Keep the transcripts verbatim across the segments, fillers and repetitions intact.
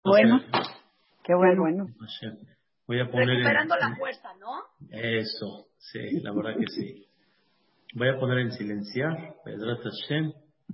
Bueno, qué bueno. bueno. Voy a poner Recuperando en, la fuerza, ¿no? Eso, sí, la verdad que sí. Voy a poner en silenciar. Bedrat Hashem.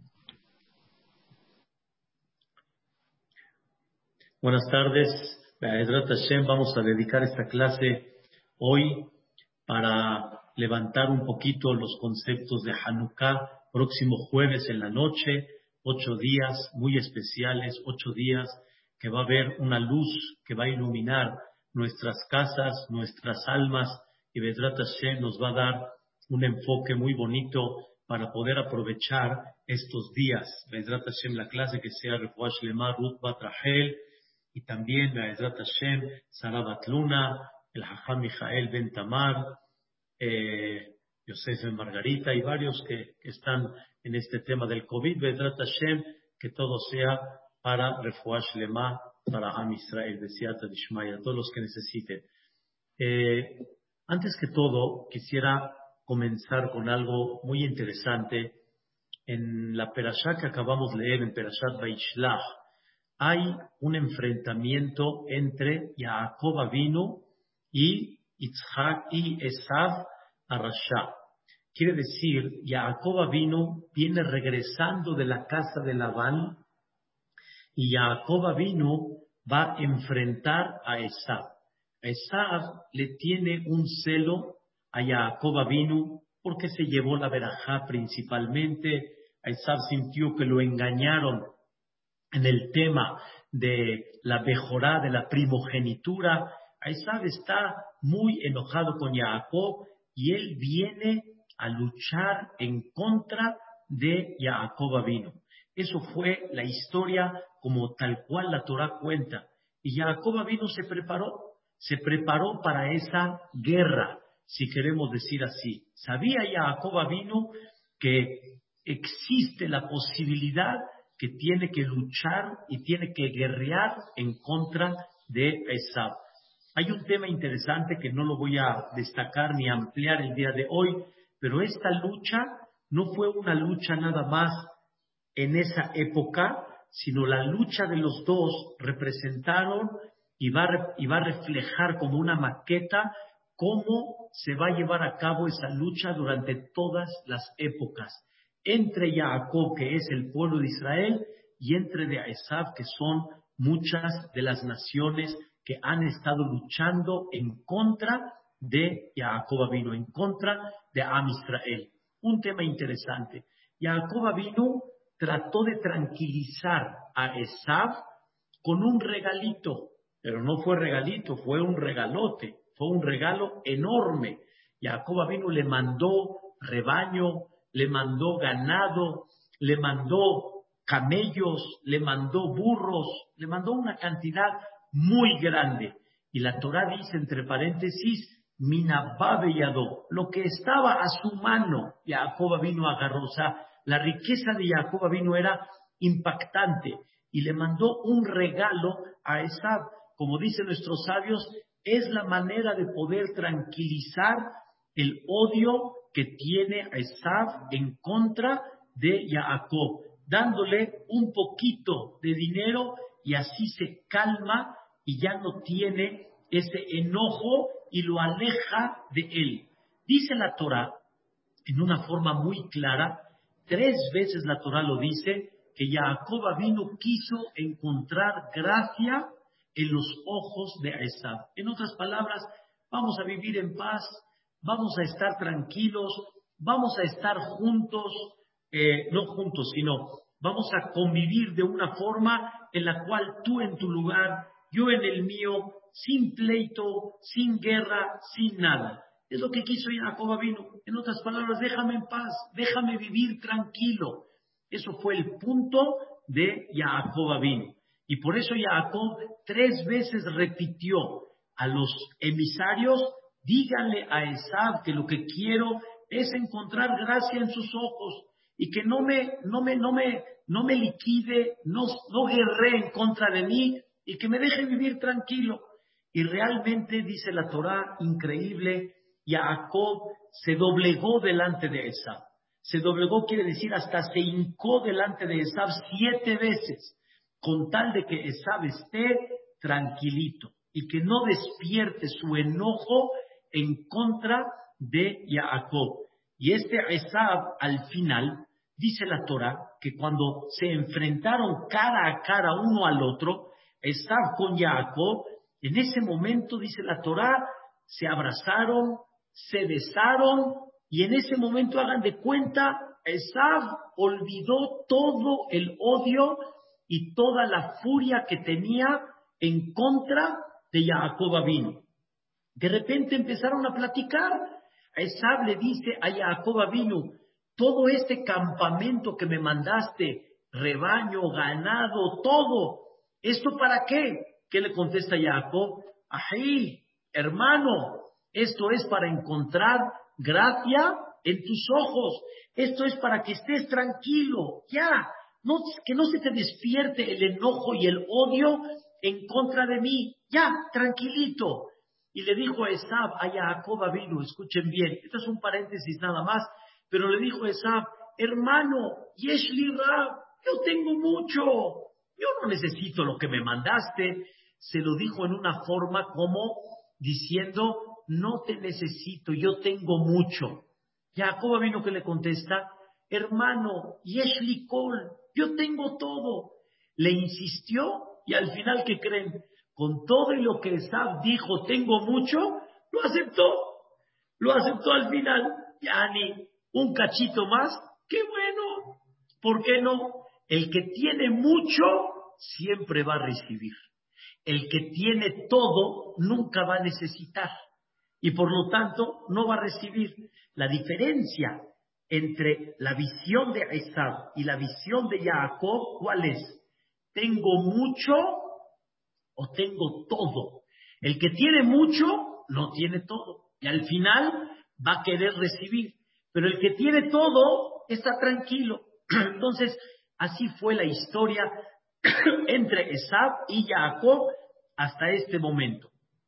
Buenas tardes. Bedrat Hashem, vamos a dedicar esta clase hoy para levantar un poquito los conceptos de Hanukkah. Próximo jueves en la noche, ocho días muy especiales, ocho días que va a haber una luz que va a iluminar nuestras casas, nuestras almas, y Bedrat Hashem nos va a dar un enfoque muy bonito para poder aprovechar estos días. Bedrat Hashem, la clase que sea Refuah Shlema, Ruth Bat Rachel, y también Bedrat Hashem, Sara Bat Luna, el Jajam Mijael Ben Tamar, eh, Yosef Ben Margarita y varios que, que están en este tema del COVID. Bedrat Hashem, que todo sea para Refuah Shlema, para Am Israel, de Siyata Dishmaya, todos los que necesiten. Eh, antes que todo, quisiera comenzar con algo muy interesante. En la Perashá que acabamos de leer, en Perashat Vaishlach, hay un enfrentamiento entre Jacob Avinu y Yitzhak y Esav Arashá. Quiere decir, Jacob Avinu viene regresando de la casa de Labán y Jacob Avinu va a enfrentar a Esav. Esav le tiene un celo a Jacob Avinu porque se llevó la verajá principalmente. Esav sintió que lo engañaron en el tema de la mejorá, de la primogenitura. Esav está muy enojado con Jacob y él viene a luchar en contra de Jacob Avinu. Eso fue la historia como tal cual la Torá cuenta. Y Jacob Avinu se preparó, se preparó para esa guerra, si queremos decir así. Sabía Jacob Avinu que existe la posibilidad que tiene que luchar y tiene que guerrear en contra de Esav. Hay un tema interesante que no lo voy a destacar ni ampliar el día de hoy, pero esta lucha no fue una lucha nada más en esa época, sino la lucha de los dos representaron y va, a, y va a reflejar como una maqueta cómo se va a llevar a cabo esa lucha durante todas las épocas, entre Jacob, que es el pueblo de Israel, y entre de Esav, que son muchas de las naciones que han estado luchando en contra de Jacob Avinu, en contra de Am Israel. Un tema interesante. Jacob Avinu trató de tranquilizar a Esav con un regalito, pero no fue regalito, fue un regalote, fue un regalo enorme. Jacob Avinu le mandó rebaño, le mandó ganado, le mandó camellos, le mandó burros, le mandó una cantidad muy grande. Y la Torá dice, entre paréntesis, Minabá Beyadó, lo que estaba a su mano, Jacob Avinu agarró. O sea, la riqueza de Jacob Avinu era impactante y le mandó un regalo a Esav. Como dicen nuestros sabios, es la manera de poder tranquilizar el odio que tiene Esav en contra de Jacob, dándole un poquito de dinero y así se calma y ya no tiene ese enojo y lo aleja de él. Dice la Torá en una forma muy clara, tres veces la Torá lo dice, que Jacob Avinu quiso encontrar gracia en los ojos de Esav. En otras palabras, vamos a vivir en paz, vamos a estar tranquilos, vamos a estar juntos, eh, no juntos, sino vamos a convivir de una forma en la cual tú en tu lugar, yo en el mío, sin pleito, sin guerra, sin nada. Es lo que quiso Jacob Avinu. En otras palabras, déjame en paz, déjame vivir tranquilo. Eso fue el punto de Jacob Avinu. Y por eso Jacob tres veces repitió a los emisarios, díganle a Esav que lo que quiero es encontrar gracia en sus ojos y que no me, no me, no me, no me liquide, no, no guerree en contra de mí y que me deje vivir tranquilo. Y realmente, dice la Torá, increíble, Jacob se doblegó delante de Esav. Se doblegó quiere decir hasta se hincó delante de Esav siete veces. con tal de que Esav esté tranquilito y que no despierte su enojo en contra de Jacob. Y este Esav, al final, dice la Torah, que cuando se enfrentaron cara a cara uno al otro, Esav con Jacob, en ese momento, dice la Torah, se abrazaron, se besaron, y en ese momento, hagan de cuenta, Esav olvidó todo el odio y toda la furia que tenía en contra de Jacob Avinu. De repente empezaron a platicar. Esav le dice a Jacob Avinu, todo este campamento que me mandaste, rebaño, ganado, todo, ¿esto para qué? ¿Qué le contesta Jacob? Ají, hermano, esto es para encontrar gracia en tus ojos. Esto es para que estés tranquilo, ya, no, que no se te despierte el enojo y el odio en contra de mí, ya, tranquilito. Y le dijo Esav a Jacob Avinu, escuchen bien, esto es un paréntesis nada más, pero le dijo Esav, hermano, Yeshli Rab, yo tengo mucho, yo no necesito lo que me mandaste. Se lo dijo en una forma como diciendo, no te necesito, yo tengo mucho. Jacob Avinu que le contesta, hermano, Yeshli Kol, yo tengo todo. Le insistió y al final, ¿qué creen? Con todo y lo que Esav dijo, tengo mucho, lo aceptó. Lo aceptó al final. Yani, un cachito más, qué bueno. ¿Por qué no? El que tiene mucho, siempre va a recibir. El que tiene todo, nunca va a necesitar. Y por lo tanto, no va a recibir. La diferencia entre la visión de Esav y la visión de Jacob, ¿cuál es? ¿Tengo mucho o tengo todo? El que tiene mucho, no tiene todo. Y al final va a querer recibir. Pero el que tiene todo, está tranquilo. Entonces, así fue la historia entre Esav y Jacob hasta este momento.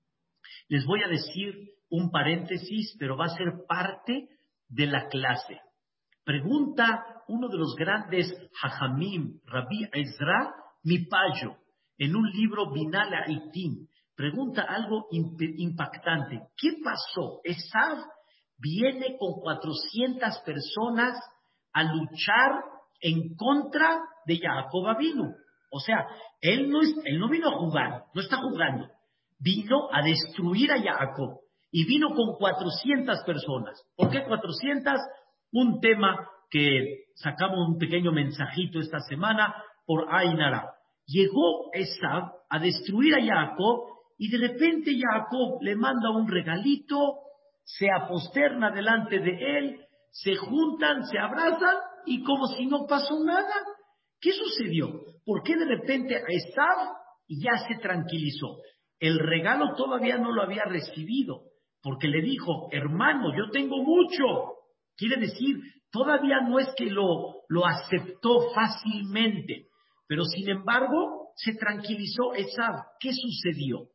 Les voy a decir un paréntesis, pero va a ser parte de la clase. Pregunta uno de los grandes Jajamim, Rabbi Ezra Mipayo, en un libro Binah La'atim, pregunta algo imp- impactante. ¿Qué pasó? Esav viene con cuatrocientas personas a luchar en contra de Jacob Avinu. O sea, él no, es, él no vino a jugar, no está jugando. Vino a destruir a Jacob y vino con cuatrocientas personas. ¿Por qué cuatrocientas? Un tema que sacamos un pequeño mensajito esta semana por Ainara. Llegó Esav a destruir a Jacob y de repente Jacob le manda un regalito, se aposterna delante de él, se juntan, se abrazan y como si no pasó nada. ¿Qué sucedió? ¿Por qué de repente Esav ya se tranquilizó? El regalo todavía no lo había recibido, porque le dijo, hermano, yo tengo mucho. Quiere decir, todavía no es que lo, lo aceptó fácilmente, pero sin embargo se tranquilizó Esav. ¿Qué sucedió?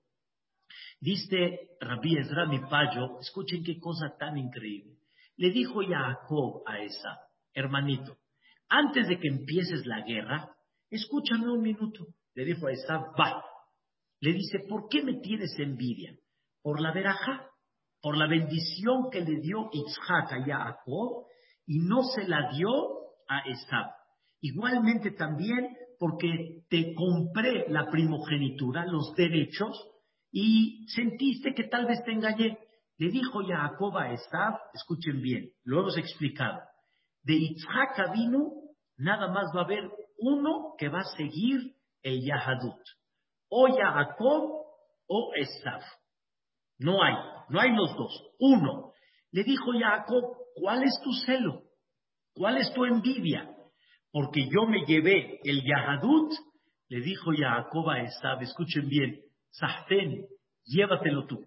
Dice Rabbi Ezra Mipayo, escuchen qué cosa tan increíble. Le dijo Jacob a Esav, hermanito, antes de que empieces la guerra, escúchame un minuto. Le dijo a Esav, va. Le dice, ¿por qué me tienes envidia? Por la verajá, por la bendición que le dio Yitzhak a Jacob y no se la dio a Esav. Igualmente también porque te compré la primogenitura, los derechos, y sentiste que tal vez te engañé. Le dijo Jacob a Esav, escuchen bien, lo hemos explicado, de Yitzhak vino, nada más va a haber uno que va a seguir el Yahadut. O Jacob o Esav. No hay, no hay los dos. Uno. Le dijo Jacob, ¿cuál es tu celo? ¿Cuál es tu envidia? Porque yo me llevé el Yahadut. Le dijo Jacob a Esav, escuchen bien, Sahten, llévatelo tú.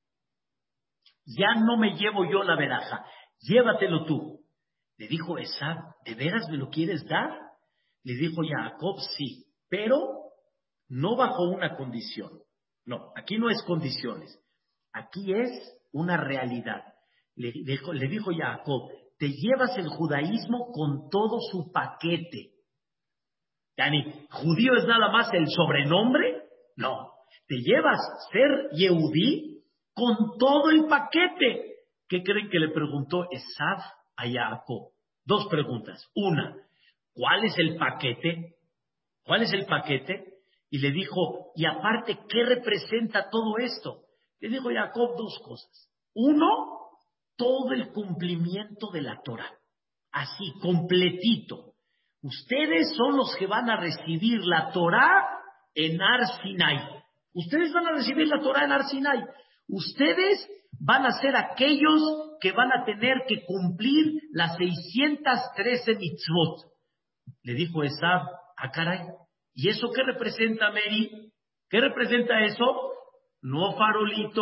Ya no me llevo yo la veraja, llévatelo tú. Le dijo Esav, ¿de veras me lo quieres dar? Le dijo Jacob, sí, pero no bajo una condición. No, aquí no es condiciones. Aquí es una realidad. Le dijo, le dijo Jacob, te llevas el judaísmo con todo su paquete. Yani, ¿judío es nada más el sobrenombre? No. Te llevas ser Yehudí con todo el paquete. ¿Qué creen que le preguntó Esav a Jacob? Dos preguntas. Una, ¿cuál es el paquete? ¿Cuál es el paquete? Y le dijo, y aparte, ¿qué representa todo esto? Le dijo Jacob dos cosas. Uno, todo el cumplimiento de la Torah. Así, completito. Ustedes son los que van a recibir la Torah en Har Sinai. Ustedes van a recibir la Torah en Har Sinai. Ustedes van a ser aquellos que van a tener que cumplir las seiscientas trece mitzvot. Le dijo Esav, ah caray, ¿y eso qué representa, Mary? ¿Qué representa eso? No farolito,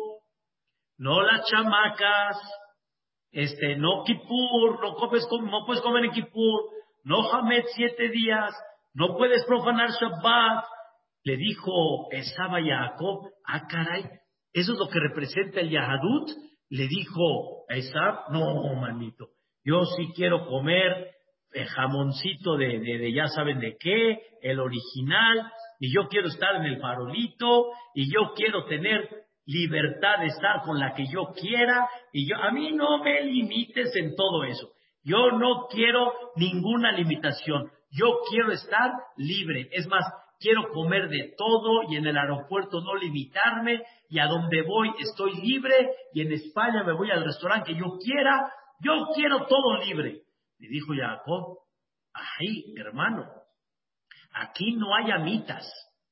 no las chamacas, este, no Kippur, no, comes, no puedes comer en Kippur, no Hametz siete días, no puedes profanar Shabbat. Le dijo Esav a Jacob, ah caray, ¿eso es lo que representa el Yahadut? Le dijo Esav, no manito, yo sí quiero comer el jamoncito de, de, de ya saben de qué, el original, y yo quiero estar en el farolito, y yo quiero tener libertad de estar con la que yo quiera, y yo, a mí no me limites en todo eso. Yo no quiero ninguna limitación. Yo quiero estar libre. Es más, quiero comer de todo y en el aeropuerto no limitarme, y a donde voy estoy libre, y en España me voy al restaurante que yo quiera. Yo quiero todo libre. Le dijo Jacob, ay, hermano, aquí no hay amitas.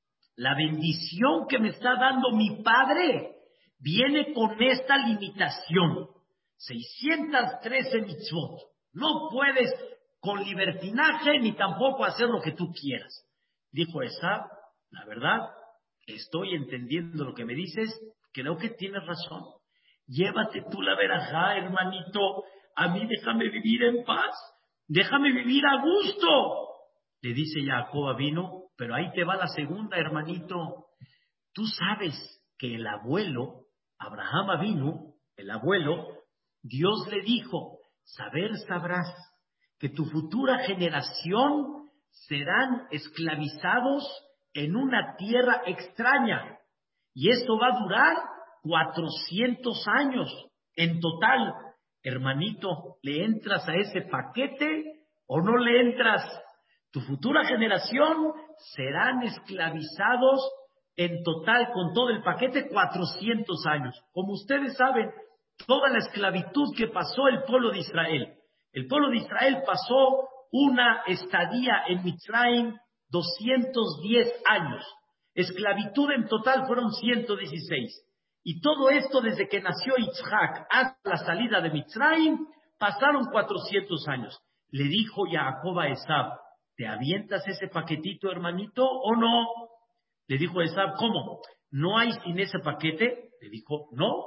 La bendición que me está dando mi padre viene con esta limitación. seiscientas trece mitzvot. No puedes con libertinaje ni tampoco hacer lo que tú quieras. Dijo Esav, la verdad, estoy entendiendo lo que me dices, creo que tienes razón. Llévate tú la verajá, hermanito. A mí déjame vivir en paz. Déjame vivir a gusto. Le dice Jacob a Vino, pero ahí te va la segunda, hermanito. Tú sabes que el abuelo, Abraham Avinu, el abuelo, Dios le dijo, saber sabrás que tu futura generación serán esclavizados en una tierra extraña. Y esto va a durar cuatrocientos años en total. Hermanito, ¿le entras a ese paquete o no le entras? Tu futura generación serán esclavizados en total con todo el paquete cuatrocientos años. Como ustedes saben, toda la esclavitud que pasó el pueblo de Israel. El pueblo de Israel pasó una estadía en Mitzrayim doscientos diez años. Esclavitud en total fueron ciento dieciséis. Y todo esto desde que nació Yitzhak hasta la salida de Mitzrayim pasaron cuatrocientos años. Le dijo Jacob a Esav, ¿te avientas ese paquetito, hermanito, o no? Le dijo Esav, ¿cómo? ¿No hay sin ese paquete? Le dijo, no.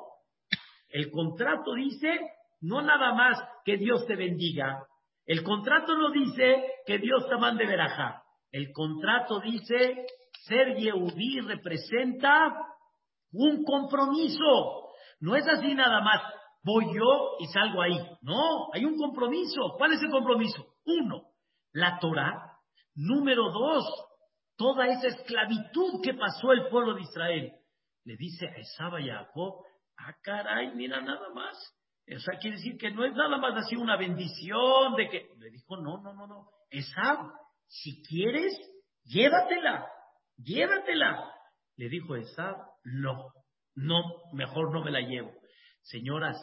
El contrato dice, no nada más que Dios te bendiga. El contrato no dice que Dios te mande verajá. El contrato dice, ser Yehudí representa un compromiso. No es así nada más, voy yo y salgo ahí. No, hay un compromiso. ¿Cuál es el compromiso? Uno, la Torah. Número dos, toda esa esclavitud que pasó el pueblo de Israel. Le dice a Esav y a Jacob, ah caray, mira nada más. O sea, quiere decir que no es nada más así una bendición de que... Le dijo, no, no, no, no. Esav, si quieres, llévatela, llévatela. Le dijo Esav, no, no, mejor no me la llevo. Señoras,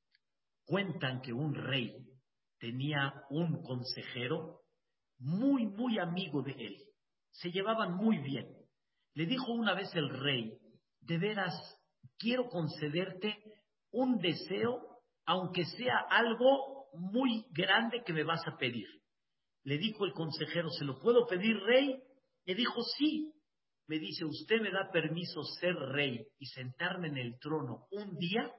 cuentan que un rey tenía un consejero muy, muy amigo de él. Se llevaban muy bien. Le dijo una vez el rey, de veras, quiero concederte un deseo, aunque sea algo muy grande que me vas a pedir. Le dijo el consejero, ¿se lo puedo pedir, rey? Le dijo, sí. Me dice, ¿usted me da permiso ser rey y sentarme en el trono un día?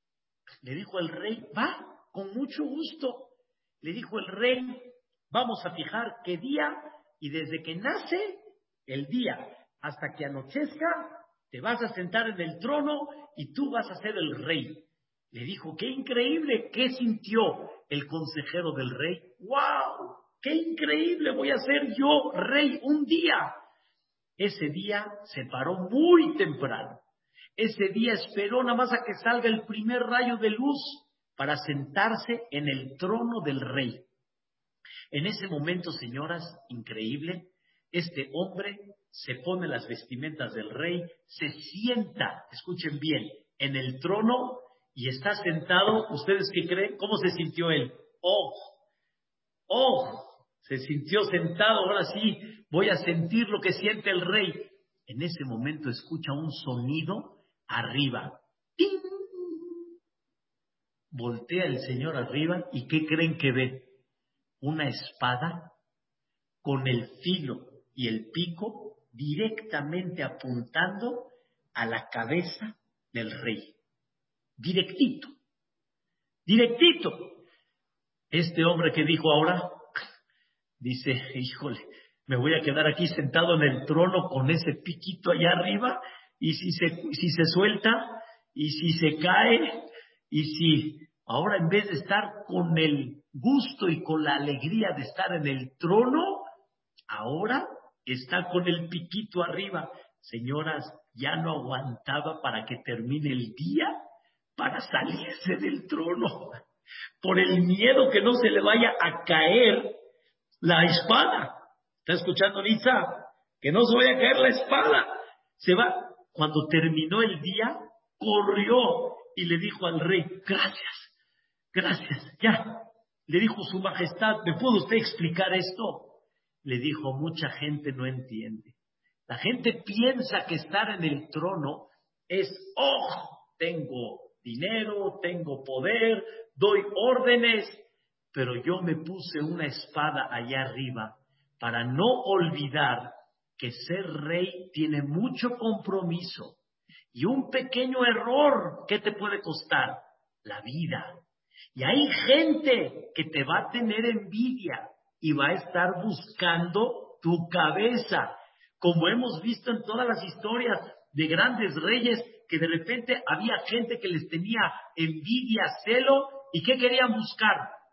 Le dijo el rey, va, con mucho gusto. Le dijo el rey, vamos a fijar qué día, y desde que nace el día hasta que anochezca, te vas a sentar en el trono y tú vas a ser el rey. Le dijo, qué increíble, ¿qué sintió el consejero del rey? ¡Wow! ¡Qué increíble! Voy a ser yo rey un día. Ese día se paró muy temprano. Ese día esperó nada más a que salga el primer rayo de luz para sentarse en el trono del rey. En ese momento, señoras, increíble, este hombre se pone las vestimentas del rey, se sienta, escuchen bien, en el trono y está sentado. ¿Ustedes qué creen? ¿Cómo se sintió él? ¡Oh! ¡Oh! Se sintió sentado, ahora sí, voy a sentir lo que siente el rey. En ese momento escucha un sonido arriba. ¡Ting! Voltea el señor arriba y ¿qué creen que ve? Una espada con el filo y el pico directamente apuntando a la cabeza del rey. Directito, directito. Este hombre que dijo ahora, dice, híjole, me voy a quedar aquí sentado en el trono con ese piquito allá arriba, y si se, si se suelta, y si se cae, y si ahora en vez de estar con el gusto y con la alegría de estar en el trono, ahora está con el piquito arriba. Señoras, ya no aguantaba para que termine el día para salirse del trono, por el miedo que no se le vaya a caer la espada. ¿Está escuchando, Lisa? Que no se vaya a caer la espada. Se va. Cuando terminó el día, corrió y le dijo al rey, gracias, gracias, ya. Le dijo, su majestad, ¿me puede usted explicar esto? Le dijo, mucha gente no entiende. La gente piensa que estar en el trono es, oh, tengo dinero, tengo poder, doy órdenes, pero yo me puse una espada allá arriba para no olvidar que ser rey tiene mucho compromiso y un pequeño error, ¿qué te puede costar? La vida. Y hay gente que te va a tener envidia y va a estar buscando tu cabeza, como hemos visto en todas las historias de grandes reyes, que de repente había gente que les tenía envidia, celo, ¿y qué querían buscar?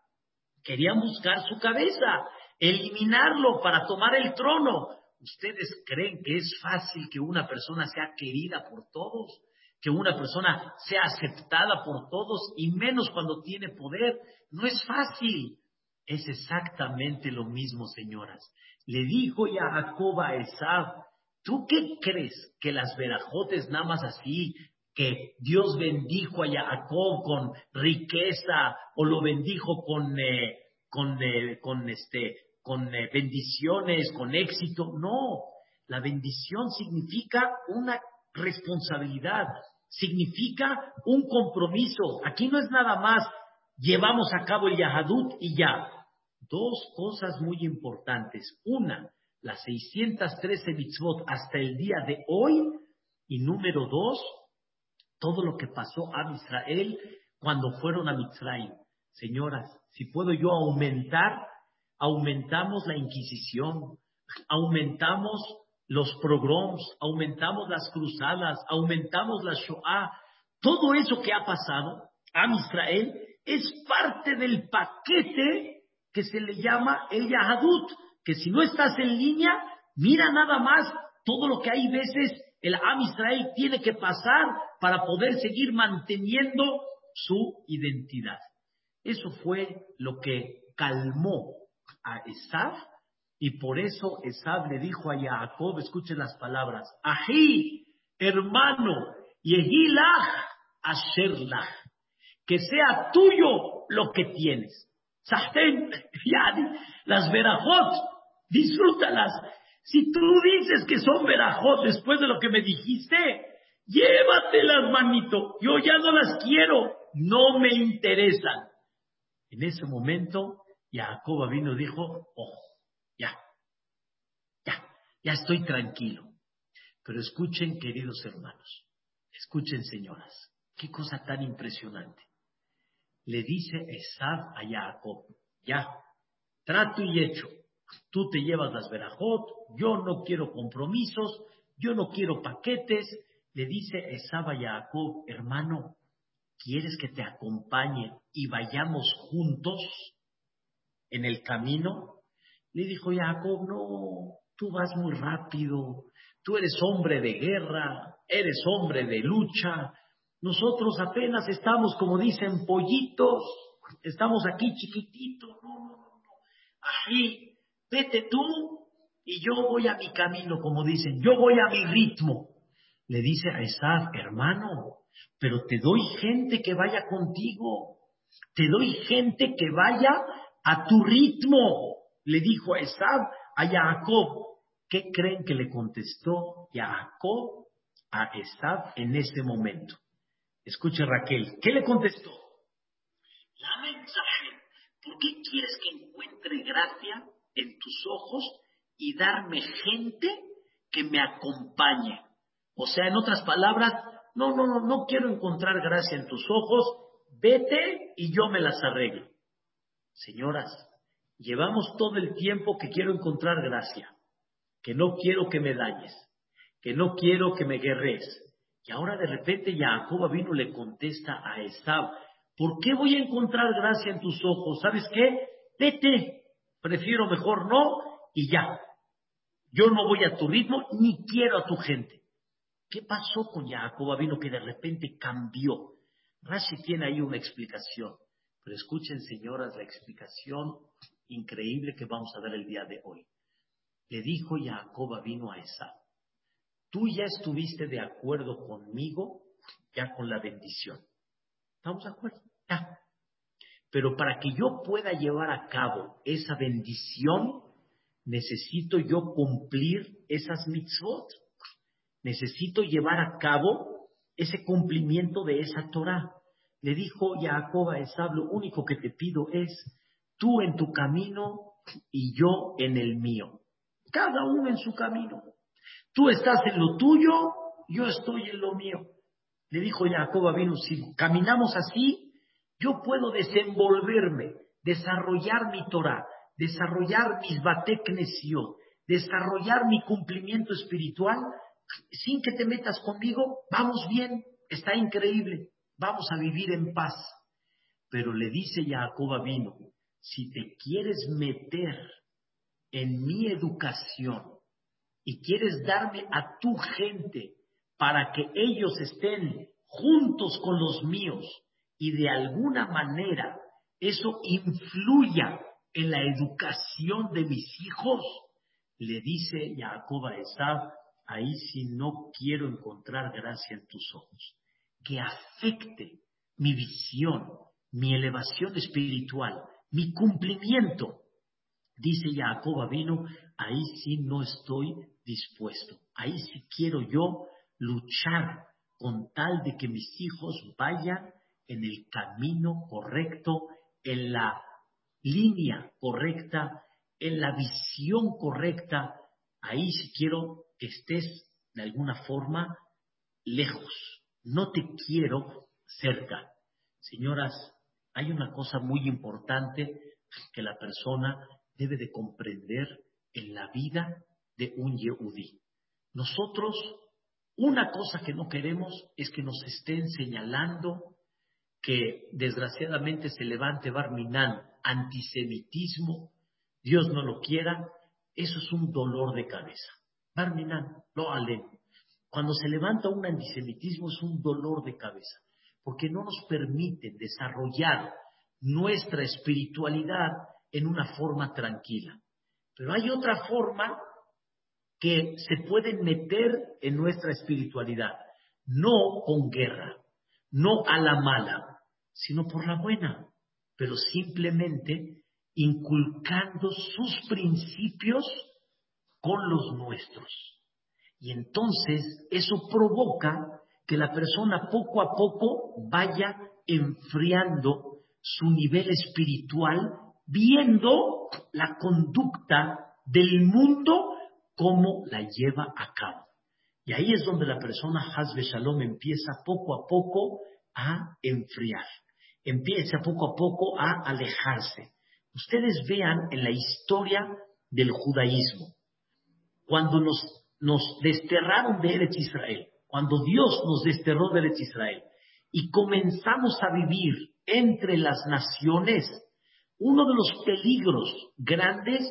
Querían buscar su cabeza, eliminarlo para tomar el trono. ¿Ustedes creen que es fácil que una persona sea querida por todos? Que una persona sea aceptada por todos, y menos cuando tiene poder. No es fácil. Es exactamente lo mismo, señoras. Le dijo Jacob a Esav, ¿tú qué crees que las verajotes nada más así, que Dios bendijo a Jacob con riqueza o lo bendijo con, eh, con, eh, con, este, con eh, bendiciones, con éxito? No, la bendición significa una responsabilidad, significa un compromiso. Aquí no es nada más llevamos a cabo el Yahadut y ya. Dos cosas muy importantes. Una, las seiscientas trece mitzvot hasta el día de hoy. Y número dos, todo lo que pasó a Israel cuando fueron a Mitzrayim. Señoras, si puedo yo aumentar, aumentamos la Inquisición, aumentamos los pogroms, aumentamos las cruzadas, aumentamos la Shoah. Todo eso que ha pasado a Israel es parte del paquete que se le llama el Yahadut, que si no estás en línea, mira nada más todo lo que hay veces el Am Israel tiene que pasar para poder seguir manteniendo su identidad. Eso fue lo que calmó a Esav, y por eso Esav le dijo a Jacob, escuchen las palabras, Ají, hermano, Yehilach Asherlach, que sea tuyo lo que tienes. Sahten, yani, las verajot, disfrútalas. Si tú dices que son verajot después de lo que me dijiste, llévatelas, manito. Yo ya no las quiero, no me interesan. En ese momento, Jacob vino y dijo, oh, ya, ya, ya estoy tranquilo. Pero escuchen, queridos hermanos, escuchen, señoras, qué cosa tan impresionante. Le dice Esav a Jacob, ya, trato y hecho. Tú te llevas las verajot, yo no quiero compromisos, yo no quiero paquetes. Le dice Esav a Jacob, hermano, ¿quieres que te acompañe y vayamos juntos en el camino? Le dijo Jacob, no, tú vas muy rápido, tú eres hombre de guerra, eres hombre de lucha. Nosotros apenas estamos, como dicen, pollitos, estamos aquí chiquititos. No, no, no, no. Ahí, vete tú y yo voy a mi camino, como dicen, yo voy a mi ritmo. Le dice a Esav, hermano, pero te doy gente que vaya contigo, te doy gente que vaya a tu ritmo. Le dijo a Esav, a Jacob. ¿Qué creen que le contestó Jacob a Esav en ese momento? Escuche, Raquel, ¿qué le contestó? La mensaje, ¿por qué quieres que encuentre gracia en tus ojos y darme gente que me acompañe? O sea, en otras palabras, no, no, no, no quiero encontrar gracia en tus ojos, vete y yo me las arreglo. Señoras, llevamos todo el tiempo que quiero encontrar gracia, que no quiero que me dañes, que no quiero que me guerres. Y ahora de repente Jacob vino y le contesta a Esav, ¿por qué voy a encontrar gracia en tus ojos? ¿Sabes qué? Vete, prefiero mejor no y ya. Yo no voy a tu ritmo ni quiero a tu gente. ¿Qué pasó con Jacob vino que de repente cambió? Rashi tiene ahí una explicación, pero escuchen, señoras, la explicación increíble que vamos a dar el día de hoy. Le dijo Jacob vino a Esav, tú ya estuviste de acuerdo conmigo, ya con la bendición. ¿Estamos de acuerdo? Ya. Pero para que yo pueda llevar a cabo esa bendición, necesito yo cumplir esas mitzvot. Necesito llevar a cabo ese cumplimiento de esa Torah. Le dijo Jacob a Esav, lo único que te pido es tú en tu camino y yo en el mío. Cada uno en su camino. Tú estás en lo tuyo, yo estoy en lo mío. Le dijo Jacob vino, si caminamos así, yo puedo desenvolverme, desarrollar mi Torah, desarrollar mis Batei Knesiyot, desarrollar mi cumplimiento espiritual, sin que te metas conmigo, vamos bien, está increíble, vamos a vivir en paz. Pero le dice Jacob vino, si te quieres meter en mi educación y quieres darme a tu gente para que ellos estén juntos con los míos y de alguna manera eso influya en la educación de mis hijos, le dice Jacob a Esav, ahí sí no quiero encontrar gracia en tus ojos, que afecte mi visión, mi elevación espiritual, mi cumplimiento. Dice Jacob vino, ahí sí no estoy dispuesto, ahí sí quiero yo luchar con tal de que mis hijos vayan en el camino correcto, en la línea correcta, en la visión correcta. Ahí sí quiero que estés de alguna forma lejos, no te quiero cerca. Señoras, hay una cosa muy importante que la persona debe de comprender en la vida de un Yehudí. Nosotros, una cosa que no queremos es que nos estén señalando que desgraciadamente se levante Bar Minan, antisemitismo, Dios no lo quiera, eso es un dolor de cabeza. Bar Minan, lo alem. Cuando se levanta un antisemitismo es un dolor de cabeza, porque no nos permite desarrollar nuestra espiritualidad en una forma tranquila. Pero hay otra forma que se puede meter en nuestra espiritualidad, no con guerra, no a la mala, sino por la buena, pero simplemente inculcando sus principios con los nuestros. Y entonces eso provoca que la persona poco a poco vaya enfriando su nivel espiritual, viendo la conducta del mundo como la lleva a cabo. Y ahí es donde la persona, Hasbe Shalom, empieza poco a poco a enfriar, empieza poco a poco a alejarse. Ustedes vean en la historia del judaísmo, cuando nos, nos desterraron de Eretz Israel, cuando Dios nos desterró de Eretz Israel y comenzamos a vivir entre las naciones, uno de los peligros grandes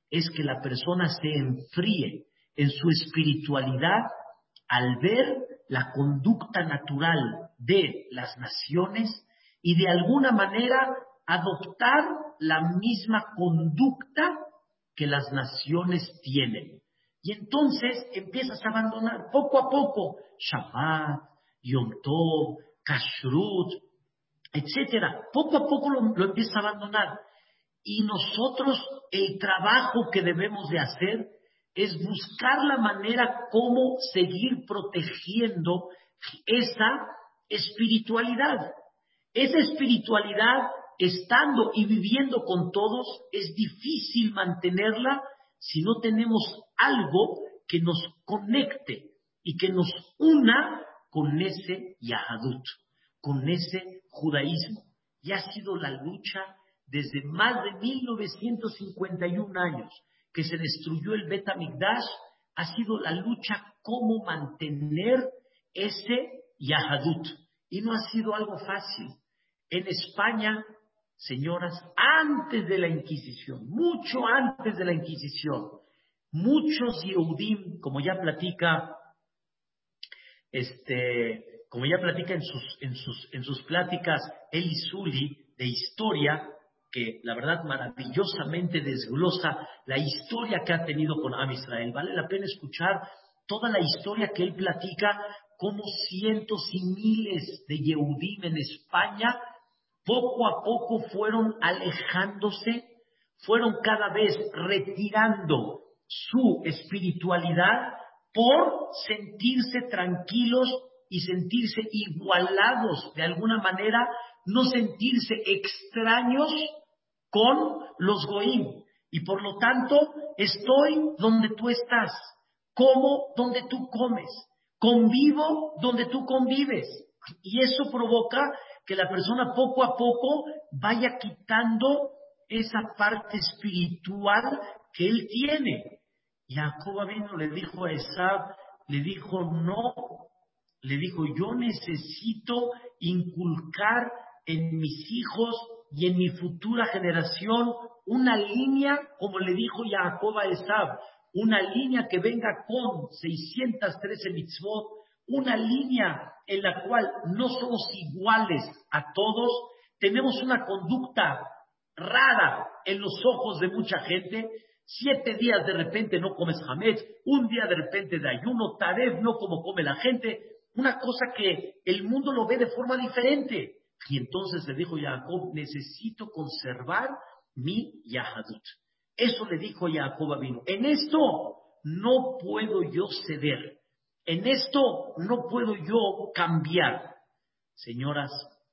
es que la persona se enfríe en su espiritualidad al ver la conducta natural de las naciones y de alguna manera adoptar la misma conducta que las naciones tienen. Y entonces empiezas a abandonar poco a poco Shabbat, Yom Tov, Kashrut, etcétera. Poco a poco lo, lo empiezas a abandonar. Y nosotros, el trabajo que debemos de hacer es buscar la manera cómo seguir protegiendo esa espiritualidad. Esa espiritualidad, estando y viviendo con todos, es difícil mantenerla si no tenemos algo que nos conecte y que nos una con ese Yahadut, con ese judaísmo. Y ha sido la lucha desde más de mil novecientos cincuenta y un años que se destruyó el Bet HaMikdash, ha sido la lucha cómo mantener ese Yahadut. Y no ha sido algo fácil. En España, señoras, antes de la Inquisición, mucho antes de la Inquisición, muchos Yehudim, como ya platica, este, como ya platica en sus, en sus, en sus pláticas Eli Zuli de historia, que la verdad maravillosamente desglosa la historia que ha tenido con Am Israel. Vale la pena escuchar toda la historia que él platica, cómo cientos y miles de Yehudim en España poco a poco fueron alejándose, fueron cada vez retirando su espiritualidad por sentirse tranquilos y sentirse igualados de alguna manera, no sentirse extraños con los goim. Y por lo tanto, estoy donde tú estás, como donde tú comes, convivo donde tú convives. Y eso provoca que la persona poco a poco vaya quitando esa parte espiritual que él tiene. Jacob vino, le dijo a Esab, le dijo no, le dijo yo necesito inculcar en mis hijos y en mi futura generación una línea, como le dijo Jacob a Esab, una línea que venga con seiscientas trece mitzvot, una línea en la cual no somos iguales a todos, tenemos una conducta rara en los ojos de mucha gente, siete días de repente no comes hametz, un día de repente de ayuno, tarev no como come la gente, una cosa que el mundo lo ve de forma diferente. Y entonces le dijo Jacob, necesito conservar mi Yahadut. Eso le dijo Jacob Avinu. En esto no puedo yo ceder. En esto no puedo yo cambiar. Señoras,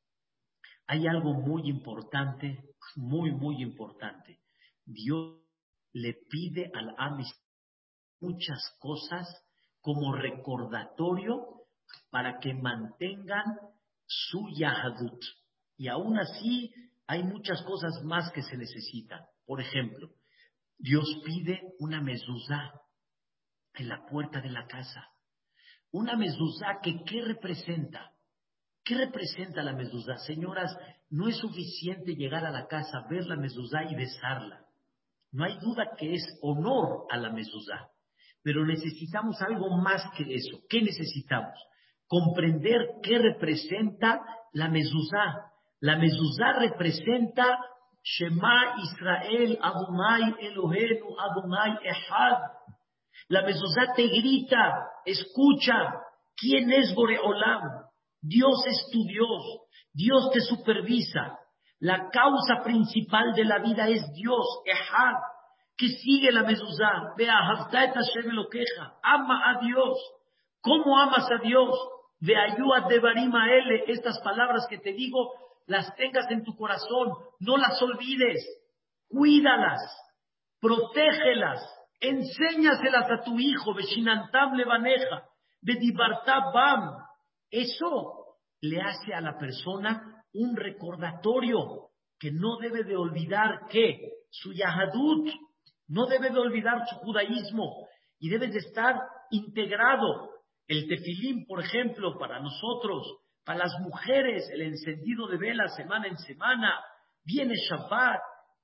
hay algo muy importante, muy, muy importante. Dios le pide al Am muchas cosas como recordatorio para que mantengan su Yahadut. Y aún así hay muchas cosas más que se necesitan. Por ejemplo, Dios pide una mezuzá en la puerta de la casa. Una mezuzá que ¿qué representa? ¿Qué representa la mezuzá? Señoras, no es suficiente llegar a la casa, ver la mezuzá y besarla. No hay duda que es honor a la mezuzá. Pero necesitamos algo más que eso. ¿Qué necesitamos? Comprender qué representa la mezuzá. La mezuzá representa Shema Israel, Adonai Elohenu, Adonai Echad. La mezuzá te grita, escucha, ¿quién es Boreolam? Dios es tu Dios, Dios te supervisa. La causa principal de la vida es Dios, Echad. ¿Qué sigue la mezuzá? Vea, Hafta et Hashem Elokeja, ama a Dios. ¿Cómo amas a Dios? De ayuda de Barima L, estas palabras que te digo, las tengas en tu corazón, no las olvides, cuídalas, protégelas, enséñaselas a tu hijo, Beshinantam Levaneja, Bedibartab Bam. Eso le hace a la persona un recordatorio que no debe de olvidar que su Yahadut, no debe de olvidar su judaísmo y debe de estar integrado. El tefilín, por ejemplo, para nosotros, para las mujeres, el encendido de velas semana en semana, viene Shabbat,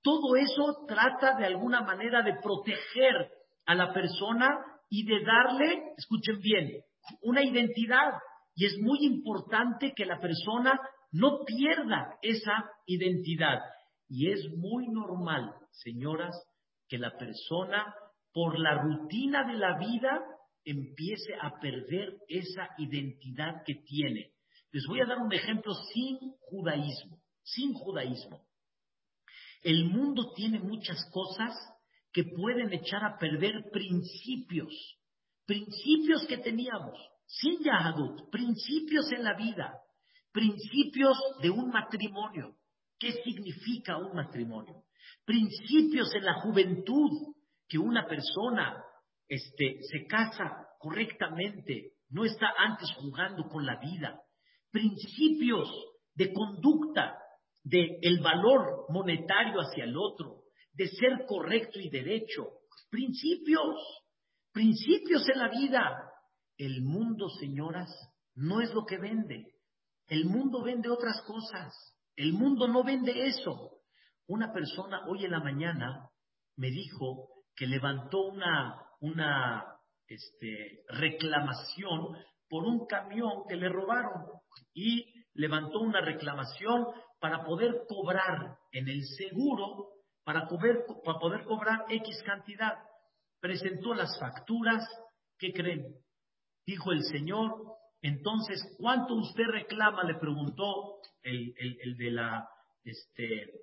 Todo eso trata de alguna manera de proteger a la persona y de darle, escuchen bien, una identidad. Y es muy importante que la persona no pierda esa identidad. Y es muy normal, señoras, que la persona, por la rutina de la vida, empiece a perder esa identidad que tiene. Les voy a dar un ejemplo sin judaísmo, sin judaísmo. El mundo tiene muchas cosas que pueden echar a perder principios, principios que teníamos, sin Yahadut, principios en la vida, principios de un matrimonio. ¿Qué significa un matrimonio? Principios en la juventud, que una persona este, se casa correctamente, no está antes jugando con la vida. Principios de conducta, de el valor monetario hacia el otro, de ser correcto y derecho. Principios, principios en la vida. El mundo, señoras, no es lo que vende. El mundo vende otras cosas. El mundo no vende eso. Una persona hoy en la mañana me dijo que levantó una, una este, reclamación por un camión que le robaron y levantó una reclamación para poder cobrar en el seguro, para poder, para poder cobrar X cantidad. Presentó las facturas. ¿Qué creen? Dijo el señor, entonces, ¿cuánto usted reclama? Le preguntó el, el, el de la este,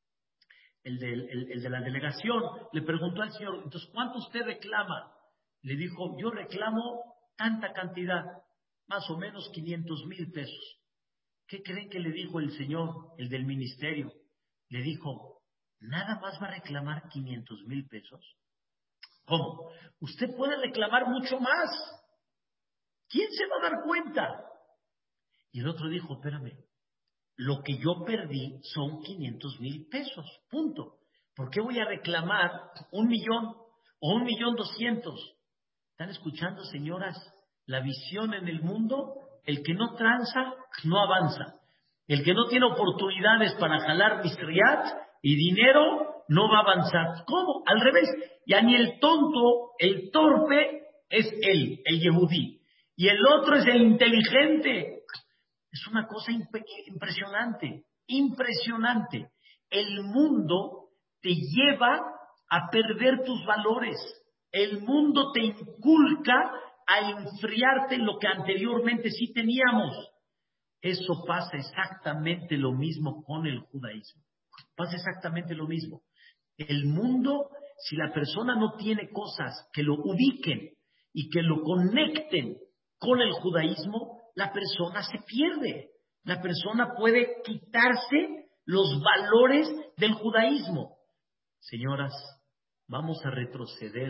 el de, el, el de la delegación. Le preguntó al señor, entonces, ¿cuánto usted reclama? Le dijo, yo reclamo tanta cantidad, más o menos quinientos mil pesos. ¿Qué creen que le dijo el señor, el del ministerio? Le dijo, ¿nada más va a reclamar quinientos mil pesos? ¿Cómo? Usted puede reclamar mucho más. ¿Quién se va a dar cuenta? Y el otro dijo, espérame, lo que yo perdí son quinientos mil pesos, punto. ¿Por qué voy a reclamar un millón o un millón doscientos? ¿Están escuchando, señoras, la visión en el mundo? El que no tranza, no avanza. El que no tiene oportunidades para jalar misriat y dinero, no va a avanzar. ¿Cómo? Al revés. Ya ni el tonto, el torpe, es él, el yehudí. Y el otro es el inteligente. Es una cosa imp- impresionante, impresionante. El mundo te lleva a perder tus valores. El mundo te inculca a enfriarte en lo que anteriormente sí teníamos. Eso pasa exactamente lo mismo con el judaísmo. Pasa exactamente lo mismo. El mundo, si la persona no tiene cosas que lo ubiquen y que lo conecten con el judaísmo, la persona se pierde. La persona puede quitarse los valores del judaísmo. Señoras, vamos a retroceder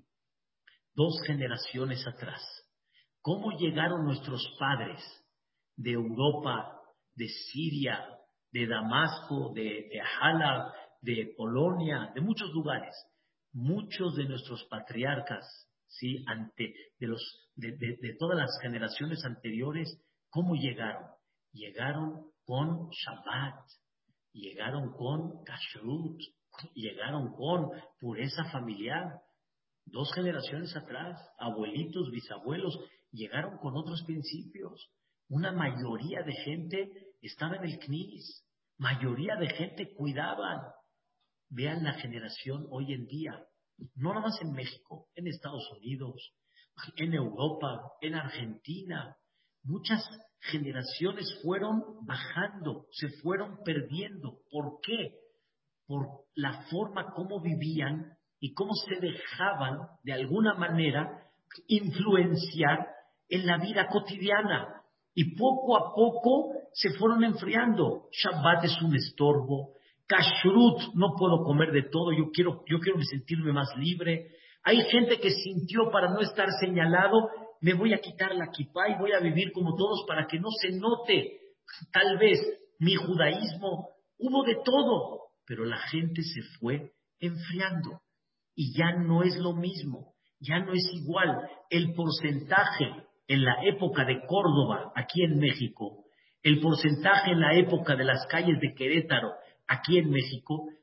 dos generaciones atrás. ¿Cómo llegaron nuestros padres de Europa, de Siria, de Damasco, de, de Halab, de Polonia, de muchos lugares? Muchos de nuestros patriarcas, ¿sí? Ante, de, los, de, de, de todas las generaciones anteriores, ¿cómo llegaron? Llegaron con Shabbat, llegaron con Kashrut, llegaron con pureza familiar. Dos generaciones atrás, abuelitos, bisabuelos, llegaron con otros principios. Una mayoría de gente estaba en el C N I S, mayoría de gente cuidaban. Vean la generación hoy en día, no nada más en México, en Estados Unidos, en Europa, en Argentina. Muchas generaciones fueron bajando, se fueron perdiendo. ¿Por qué? Por la forma como vivían y cómo se dejaban, de alguna manera, influenciar en la vida cotidiana. Y poco a poco se fueron enfriando. Shabbat es un estorbo. Kashrut, no puedo comer de todo, yo quiero, yo quiero sentirme más libre. Hay gente que sintió, para no estar señalado, me voy a quitar la kipá y voy a vivir como todos para que no se note, tal vez, mi judaísmo. Hubo de todo, pero la gente se fue enfriando. Y ya no es lo mismo, ya no es igual. El porcentaje en la época de Córdoba, aquí en México, el porcentaje en la época de las calles de Querétaro, aquí en México,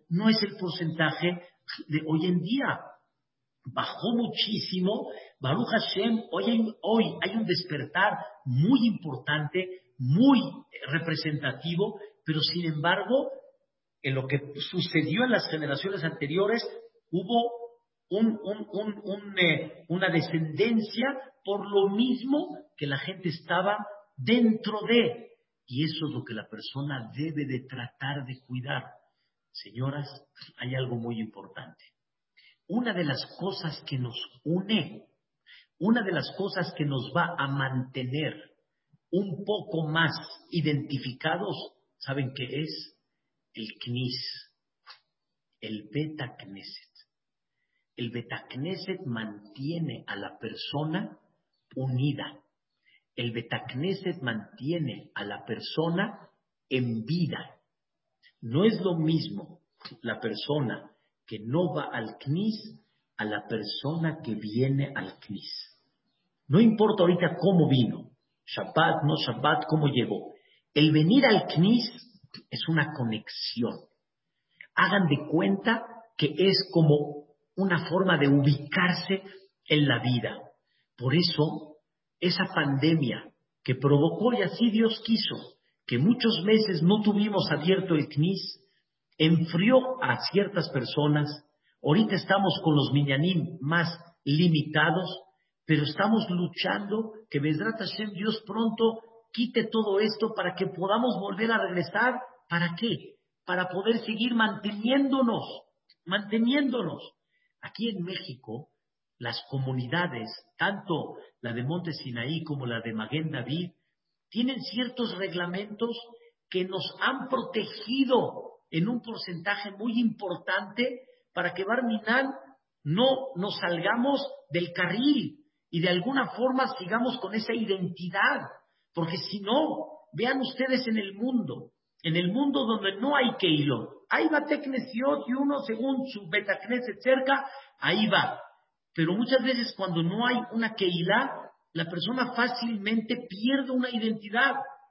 no es el porcentaje de hoy en día. Bajó muchísimo. Baruch Hashem, hoy hay, hoy hay un despertar muy importante, muy representativo, pero sin embargo, en lo que sucedió en las generaciones anteriores, hubo un, un, un, un, eh, una descendencia por lo mismo que la gente estaba dentro de. Y eso es lo que la persona debe de tratar de cuidar. Señoras, hay algo muy importante. Una de las cosas que nos une, una de las cosas que nos va a mantener un poco más identificados, ¿saben qué es? El Knis, el Beta Knesset. El Beta Knesset mantiene a la persona unida. El Beta Knesset mantiene a la persona en vida. No es lo mismo la persona que no va al Knis a la persona que viene al Knis. No importa ahorita cómo vino, Shabbat, no Shabbat, cómo llegó. El venir al Knis es una conexión. Hagan de cuenta que es como una forma de ubicarse en la vida. Por eso, esa pandemia que provocó, y así Dios quiso, que muchos meses no tuvimos abierto el Knis, enfrió a ciertas personas. Ahorita estamos con los minyanim más limitados, pero estamos luchando que Bezrat Hashem, Dios pronto quite todo esto para que podamos volver a regresar. ¿Para qué? Para poder seguir manteniéndonos, manteniéndonos. Aquí en México, las comunidades, tanto la de Monte Sinaí como la de Maguen David, tienen ciertos reglamentos que nos han protegido en un porcentaje muy importante para que Barminan no nos salgamos del carril y de alguna forma sigamos con esa identidad. Porque si no, vean ustedes en el mundo, en el mundo donde no hay Keilot, ahí va Teknesiot y uno según su Beta Knesset cerca, ahí va. Pero muchas veces cuando no hay una Keilah, la persona fácilmente pierde una identidad,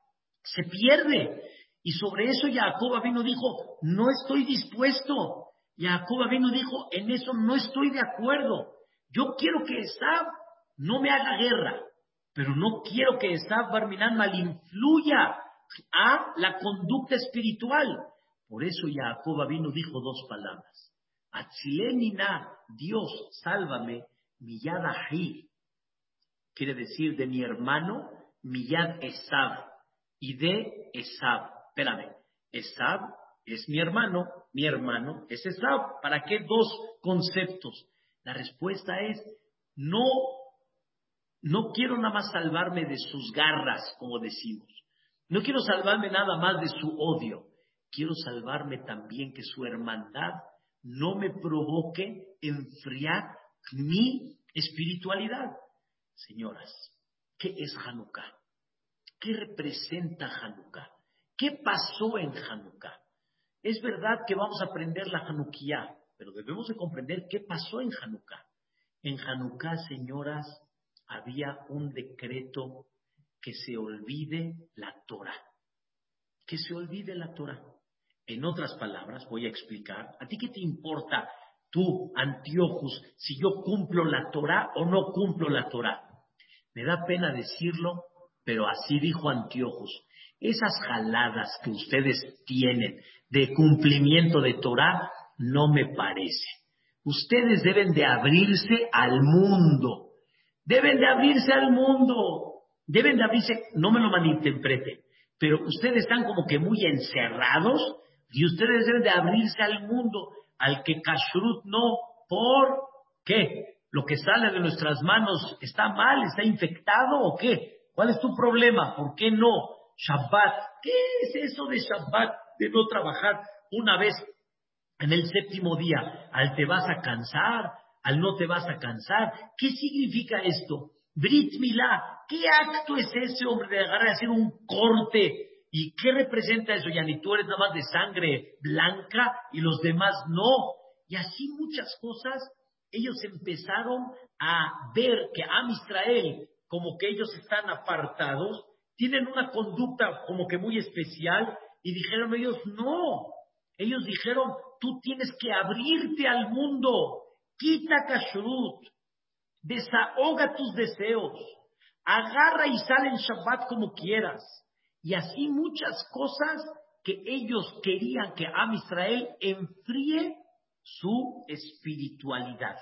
se pierde. Y sobre eso Jacob Avinu dijo, no estoy dispuesto. Jacob Avinu dijo, en eso no estoy de acuerdo. Yo quiero que Esav no me haga guerra, pero no quiero que Esav Barminan malinfluya a la conducta espiritual. Por eso Jacob Avinu dijo dos palabras. Atzilenina, Dios, sálvame, miyad ahi. Quiere decir de mi hermano, miyad Esav. Y de Esav. Espérame, Esav es mi hermano, mi hermano es Esav. ¿Para qué dos conceptos? La respuesta es, no, no quiero nada más salvarme de sus garras, como decimos. No quiero salvarme nada más de su odio. Quiero salvarme también que su hermandad no me provoque enfriar mi espiritualidad. Señoras, ¿qué es Hanukkah? ¿Qué representa Hanukkah? ¿Qué pasó en Hanukkah? Es verdad que vamos a aprender la Hanukkah, pero debemos de comprender qué pasó en Hanukkah. En Hanukkah, señoras, había un decreto que se olvide la Torah. Que se olvide la Torah. En otras palabras, voy a explicar. ¿A ti qué te importa, tú, Antíochus, si yo cumplo la Torah o no cumplo la Torah? Me da pena decirlo, pero así dijo Antíochus. Esas jaladas que ustedes tienen de cumplimiento de Torah no me parece. Ustedes deben de abrirse al mundo. Deben de abrirse al mundo. Deben de abrirse, no me lo malinterpreten, pero ustedes están como que muy encerrados y ustedes deben de abrirse al mundo, al que kashrut no. ¿Por qué? ¿Lo que sale de nuestras manos está mal, está infectado o qué? ¿Cuál es tu problema? ¿Por qué no? Shabbat. ¿Qué es eso de Shabbat? De no trabajar una vez en el séptimo día. Al te vas a cansar, al no te vas a cansar. ¿Qué significa esto? Brit Milá. ¿Qué acto es ese, hombre, de agarrar y hacer un corte? ¿Y qué representa eso? Ya ni tú eres nada más de sangre blanca y los demás no. Y así muchas cosas. Ellos empezaron a ver que Am Israel, como que ellos están apartados, tienen una conducta como que muy especial, y dijeron ellos, no, Ellos dijeron, tú tienes que abrirte al mundo, quita kashrut, desahoga tus deseos, agarra y sale en Shabbat como quieras. Y así muchas cosas que ellos querían que Am Israel enfríe su espiritualidad.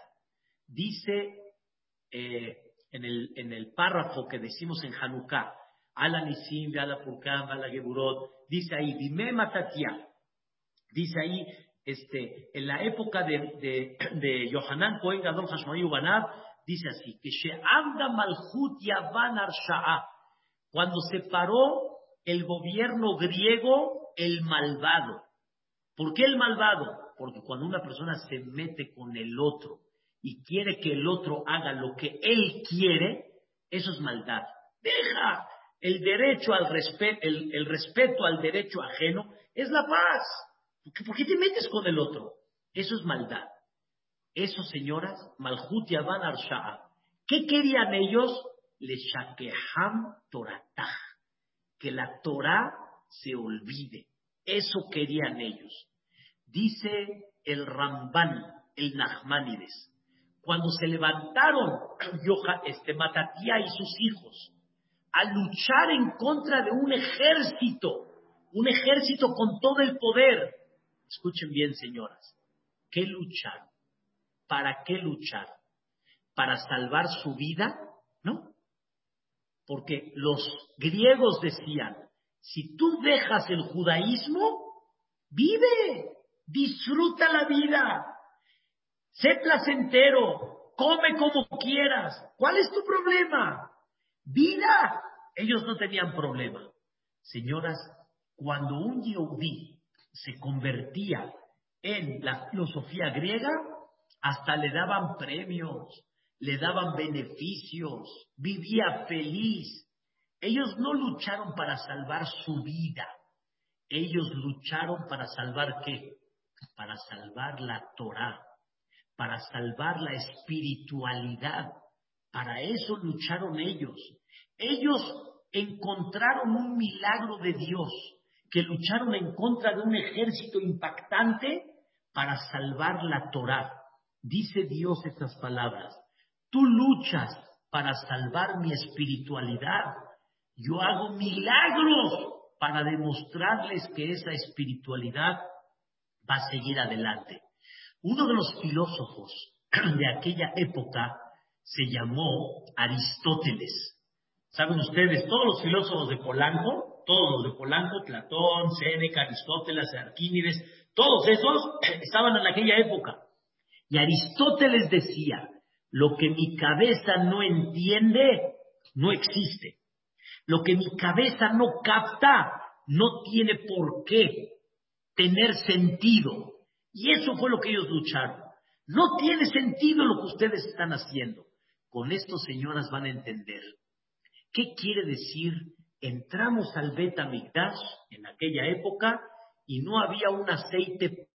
Dice eh, en, el, en el párrafo que decimos en Hanukkah, Ala Nisim, Ala Purkam, Ala Geburot, dice ahí, Bime Matatia, dice ahí, este, en la época de, de, de Yohanan Cohen Gadol Hashmonaí Ubanab, dice así, que She'amda Malchut Yavan Arsha'a, cuando se paró el gobierno griego, el malvado. ¿Por qué el malvado? Porque cuando una persona se mete con el otro y quiere que el otro haga lo que él quiere, eso es maldad. Deja el derecho al respeto, el, el respeto al derecho ajeno, es la paz. ¿Por qué te metes con el otro? Eso es maldad. Eso, señoras, Malchut Yavan Arsha'a. ¿Qué querían ellos? Le Shakeham Toratah. Que la Torah se olvide. Eso querían ellos. Dice el Ramban, el Nachmanides, cuando se levantaron este, Matatía y sus hijos a luchar en contra de un ejército, un ejército con todo el poder. Escuchen bien, señoras, ¿qué lucharon? ¿Para qué luchar? ¿Para salvar su vida? No. Porque los griegos decían, si tú dejas el judaísmo, vive, disfruta la vida, sé placentero, come como quieras. ¿Cuál es tu problema? Vida. Ellos no tenían problema. Señoras, cuando un yehudí se convertía en la filosofía griega, hasta le daban premios, le daban beneficios, vivía feliz. Ellos no lucharon para salvar su vida. Ellos lucharon para salvar ¿qué? Para salvar la Torah, para salvar la espiritualidad. Para eso lucharon ellos. Ellos encontraron un milagro de Dios, que lucharon en contra de un ejército impactante para salvar la Torah. Dice Dios estas palabras: tú luchas para salvar mi espiritualidad. Yo hago milagros para demostrarles que esa espiritualidad va a seguir adelante. Uno de los filósofos de aquella época se llamó Aristóteles. ¿Saben ustedes? Todos los filósofos de Polanco, todos los de Polanco, Platón, Séneca, Aristóteles, Arquímedes, todos esos estaban en aquella época. Y Aristóteles decía, lo que mi cabeza no entiende, no existe. Lo que mi cabeza no capta, no tiene por qué tener sentido. Y eso fue lo que ellos lucharon. No tiene sentido lo que ustedes están haciendo. Con esto, señoras, van a entender. ¿Qué quiere decir? Entramos al Bet Hamikdash en aquella época y no había un aceite.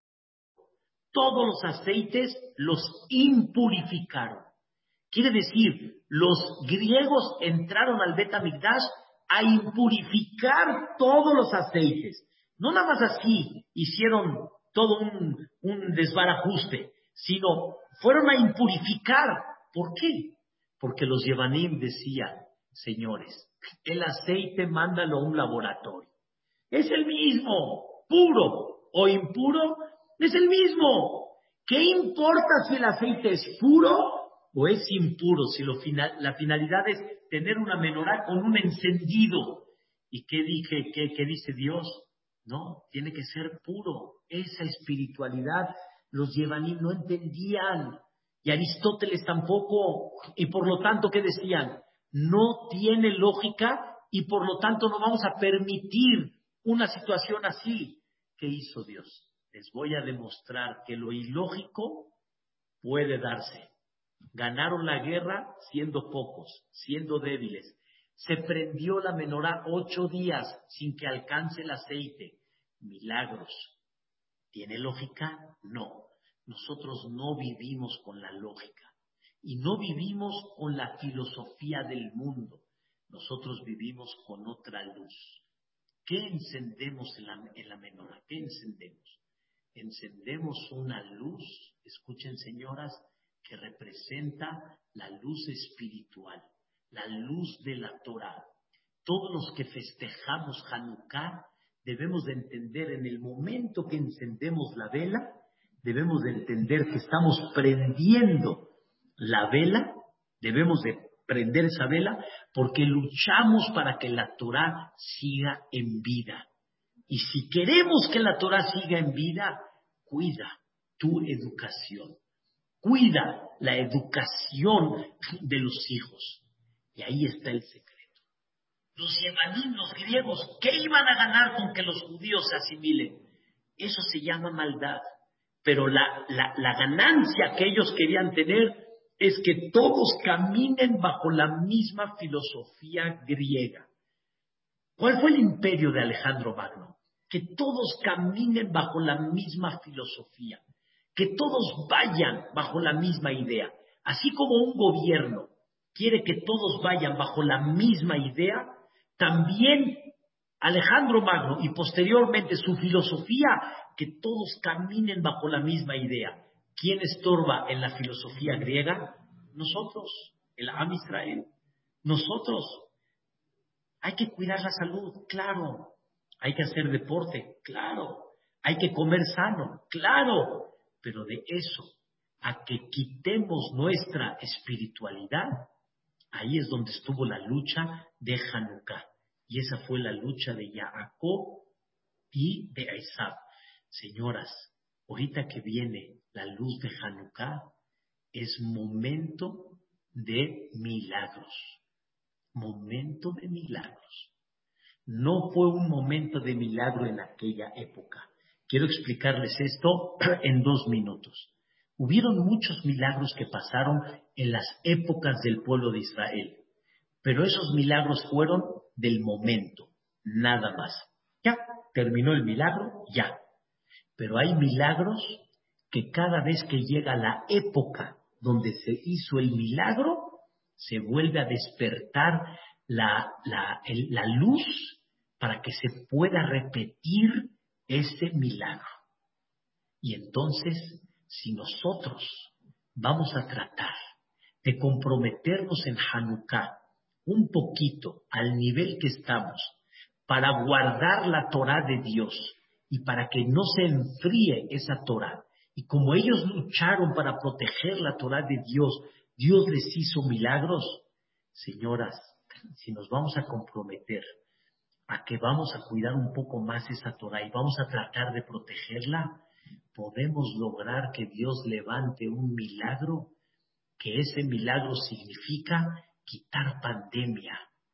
Todos los aceites los impurificaron. Quiere decir, los griegos entraron al Bet Hamikdash a impurificar todos los aceites. No nada más así hicieron todo un, un desbarajuste, sino fueron a impurificar. ¿Por qué? Porque los Yevanim decían, señores, el aceite mándalo a un laboratorio. Es el mismo, puro o impuro, es el mismo. ¿Qué importa si el aceite es puro o es impuro? Si lo final, la finalidad es tener una menorá con un encendido. ¿Y qué dije? ¿Qué, qué dice Dios? No, tiene que ser puro. Esa espiritualidad los Yevanim no entendían. Y Aristóteles tampoco. Y por lo tanto, ¿qué decían? No tiene lógica y por lo tanto no vamos a permitir una situación así. ¿Qué hizo Dios? Les voy a demostrar que lo ilógico puede darse. Ganaron la guerra siendo pocos, siendo débiles. Se prendió la menorá ocho días sin que alcance el aceite. Milagros. ¿Tiene lógica? No. Nosotros no vivimos con la lógica. Y no vivimos con la filosofía del mundo. Nosotros vivimos con otra luz. ¿Qué encendemos en la, en la menorá? ¿Qué encendemos? encendemos una luz, escuchen señoras, que representa la luz espiritual, la luz de la Torah. Todos los que festejamos Hanukkah debemos de entender, en el momento que encendemos la vela, debemos de entender que estamos prendiendo la vela, debemos de prender esa vela porque luchamos para que la Torah siga en vida. Y si queremos que la Torah siga en vida, cuida tu educación, cuida la educación de los hijos. Y ahí está el secreto. Los yevanim, los griegos, ¿qué iban a ganar con que los judíos se asimilen? Eso se llama maldad. Pero la, la, la ganancia que ellos querían tener es que todos caminen bajo la misma filosofía griega. ¿Cuál fue el imperio de Alejandro Magno? Que todos caminen bajo la misma filosofía, que todos vayan bajo la misma idea. Así como un gobierno quiere que todos vayan bajo la misma idea, también Alejandro Magno y posteriormente su filosofía, que todos caminen bajo la misma idea. ¿Quién estorba en la filosofía griega? Nosotros, el Am Israel. Nosotros. Hay que cuidar la salud, claro. Hay que hacer deporte, claro. Hay que comer sano, claro. Pero de eso a que quitemos nuestra espiritualidad, ahí es donde estuvo la lucha de Hanukkah. Y esa fue la lucha de Jacob y de Esaú. Señoras, ahorita que viene la luz de Hanukkah, es momento de milagros. Momento de milagros. No fue un momento de milagro en aquella época. Quiero explicarles esto en dos minutos. Hubieron muchos milagros que pasaron en las épocas del pueblo de Israel, pero esos milagros fueron del momento, nada más. Ya, terminó el milagro, ya. Pero hay milagros que cada vez que llega la época donde se hizo el milagro, se vuelve a despertar la, la, el, la luz para que se pueda repetir ese milagro. Y entonces, si nosotros vamos a tratar de comprometernos en Hanukkah un poquito al nivel que estamos para guardar la Torah de Dios y para que no se enfríe esa Torah, y como ellos lucharon para proteger la Torah de Dios, Dios les hizo milagros. Señoras, si nos vamos a comprometer a que vamos a cuidar un poco más esa Torah y vamos a tratar de protegerla, podemos lograr que Dios levante un milagro, que ese milagro significa quitar pandemia.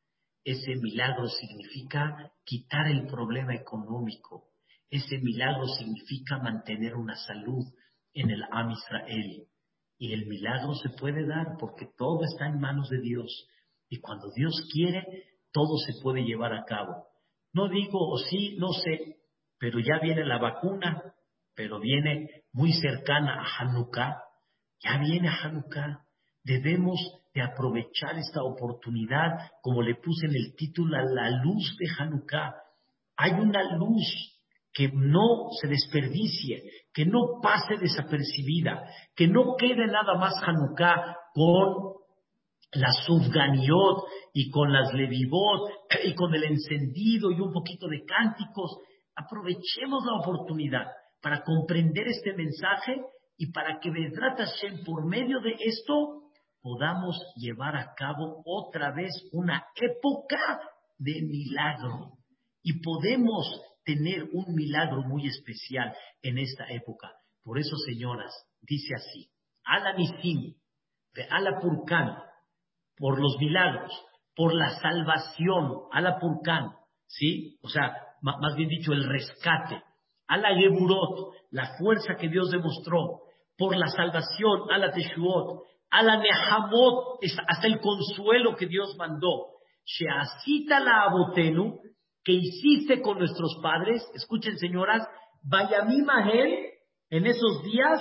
Ese milagro significa quitar el problema económico. Ese milagro significa mantener una salud en el Am Israel. Y el milagro se puede dar porque todo está en manos de Dios. Y cuando Dios quiere, todo se puede llevar a cabo. No digo o sí, no sé, pero ya viene la vacuna, pero viene muy cercana a Hanukkah. Ya viene a Hanukkah. Debemos de aprovechar esta oportunidad, como le puse en el título, a la luz de Hanukkah. Hay una luz que no se desperdicie, que no pase desapercibida, que no quede nada más Hanukkah con la Sufganiot y con las Levivot y con el encendido y un poquito de cánticos. Aprovechemos la oportunidad para comprender este mensaje y para que Bezrat Hashem, por medio de esto, podamos llevar a cabo otra vez una época de milagro. Y podemos tener un milagro muy especial en esta época. Por eso, señoras, dice así: Ala Nisim, Ala Purkan, por los milagros, por la salvación, Ala Purkan, ¿sí? O sea, m- más bien dicho, el rescate. Ala Geburot, la fuerza que Dios demostró, por la salvación, Ala Teshuot, Ala Nehamot, hasta el consuelo que Dios mandó. Sheasita la Abotenu, que hiciste con nuestros padres. Escuchen, señoras, Vayamim Ahel, en esos días,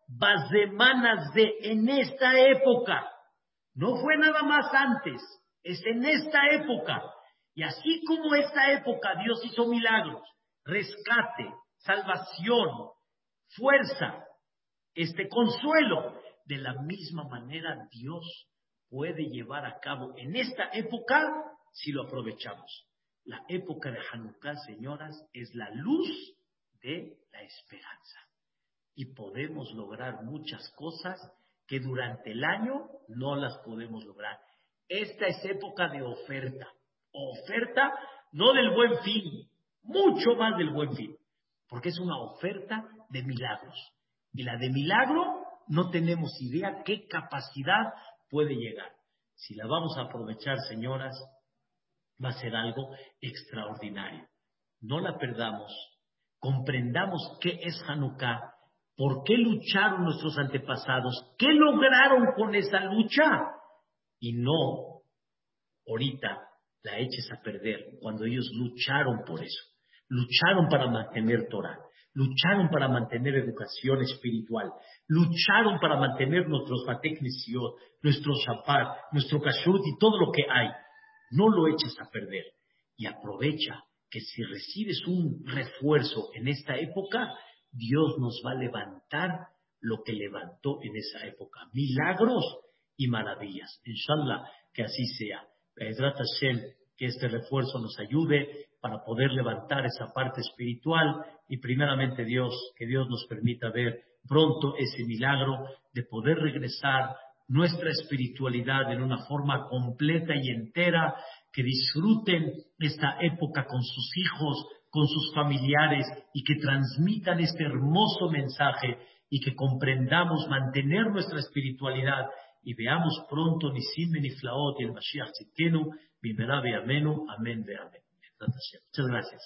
Bazemanas de, en esta época. No fue nada más antes, es en esta época. Y así como esta época Dios hizo milagros, rescate, salvación, fuerza, este consuelo. De la misma manera, Dios puede llevar a cabo en esta época si lo aprovechamos. La época de Hanukkah, señoras, es la luz de la esperanza. Y podemos lograr muchas cosas que durante el año no las podemos lograr. Esta es época de oferta. Oferta no del Buen Fin, mucho más del Buen Fin. Porque es una oferta de milagros. Y la de milagro no tenemos idea qué capacidad puede llegar. Si la vamos a aprovechar, señoras, va a ser algo extraordinario. No la perdamos. Comprendamos qué es Hanukkah, por qué lucharon nuestros antepasados, qué lograron con esa lucha. Y no, ahorita, la eches a perder cuando ellos lucharon por eso. Lucharon para mantener Torah. Lucharon para mantener educación espiritual, lucharon para mantener nuestros Batei Knesiot, nuestro Shabbat, nuestro Kashrut y todo lo que hay. No lo eches a perder y aprovecha que si recibes un refuerzo en esta época, Dios nos va a levantar lo que levantó en esa época. Milagros y maravillas. Inshallah, que así sea. Be'ezrat Hashem, que este refuerzo nos ayude para poder levantar esa parte espiritual y primeramente Dios, que Dios nos permita ver pronto ese milagro de poder regresar nuestra espiritualidad en una forma completa y entera, que disfruten esta época con sus hijos, con sus familiares y que transmitan este hermoso mensaje y que comprendamos mantener nuestra espiritualidad y veamos pronto Nisim Beniflaot y el Mashiach Tzidkenu, Bimera Be'amenu, amén Be'amén. Muchas gracias.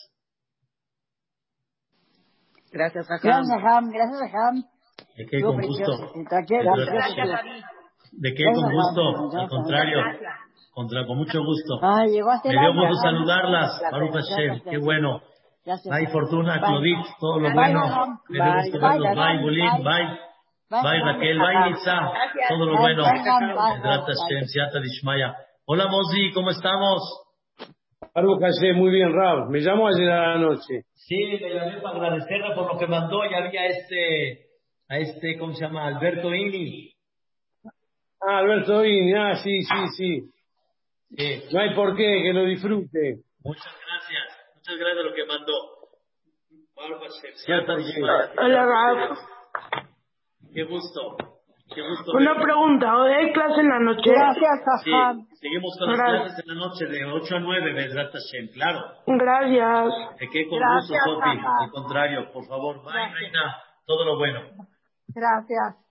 Gracias, Jajam. Gracias, Jajam. De qué, con gusto. Gracias, David. De qué, con gusto. Al contrario, contra, con mucho gusto. Ay, llegó a Me dio gusto saludarlas. Baruch Hashem, qué bueno. Bye, Fortuna, Claudit, todo lo bueno. Me dio gusto verlos. Bye, Bulín, bye. Bye, Raquel, bye, Nitza, todo lo bueno. Hola, Mozi, ¿cómo estamos? Baruch Hashem, muy bien, Rab. Me llamó ayer a la noche. Sí, le llamé para agradecerle por lo que mandó. Ya había este, a este, ¿cómo se llama? Alberto Ini. Ah, Alberto Ini, ah, sí, sí, sí. Sí. No hay por qué, que lo disfrute. Muchas gracias, muchas gracias de lo que mandó. Hola, Rab. Qué gusto. Qué gusto. Una ver. Pregunta, ¿hoy hay clase en la noche? Gracias, Jajam. Sí, seguimos con las Gracias. clases en la noche de ocho a nueve, Be'ezrat Hashem, claro. Gracias. De qué con Gracias, gusto, Sofi. Jajam. Al contrario, por favor, bye, Reina. Todo lo bueno. Gracias.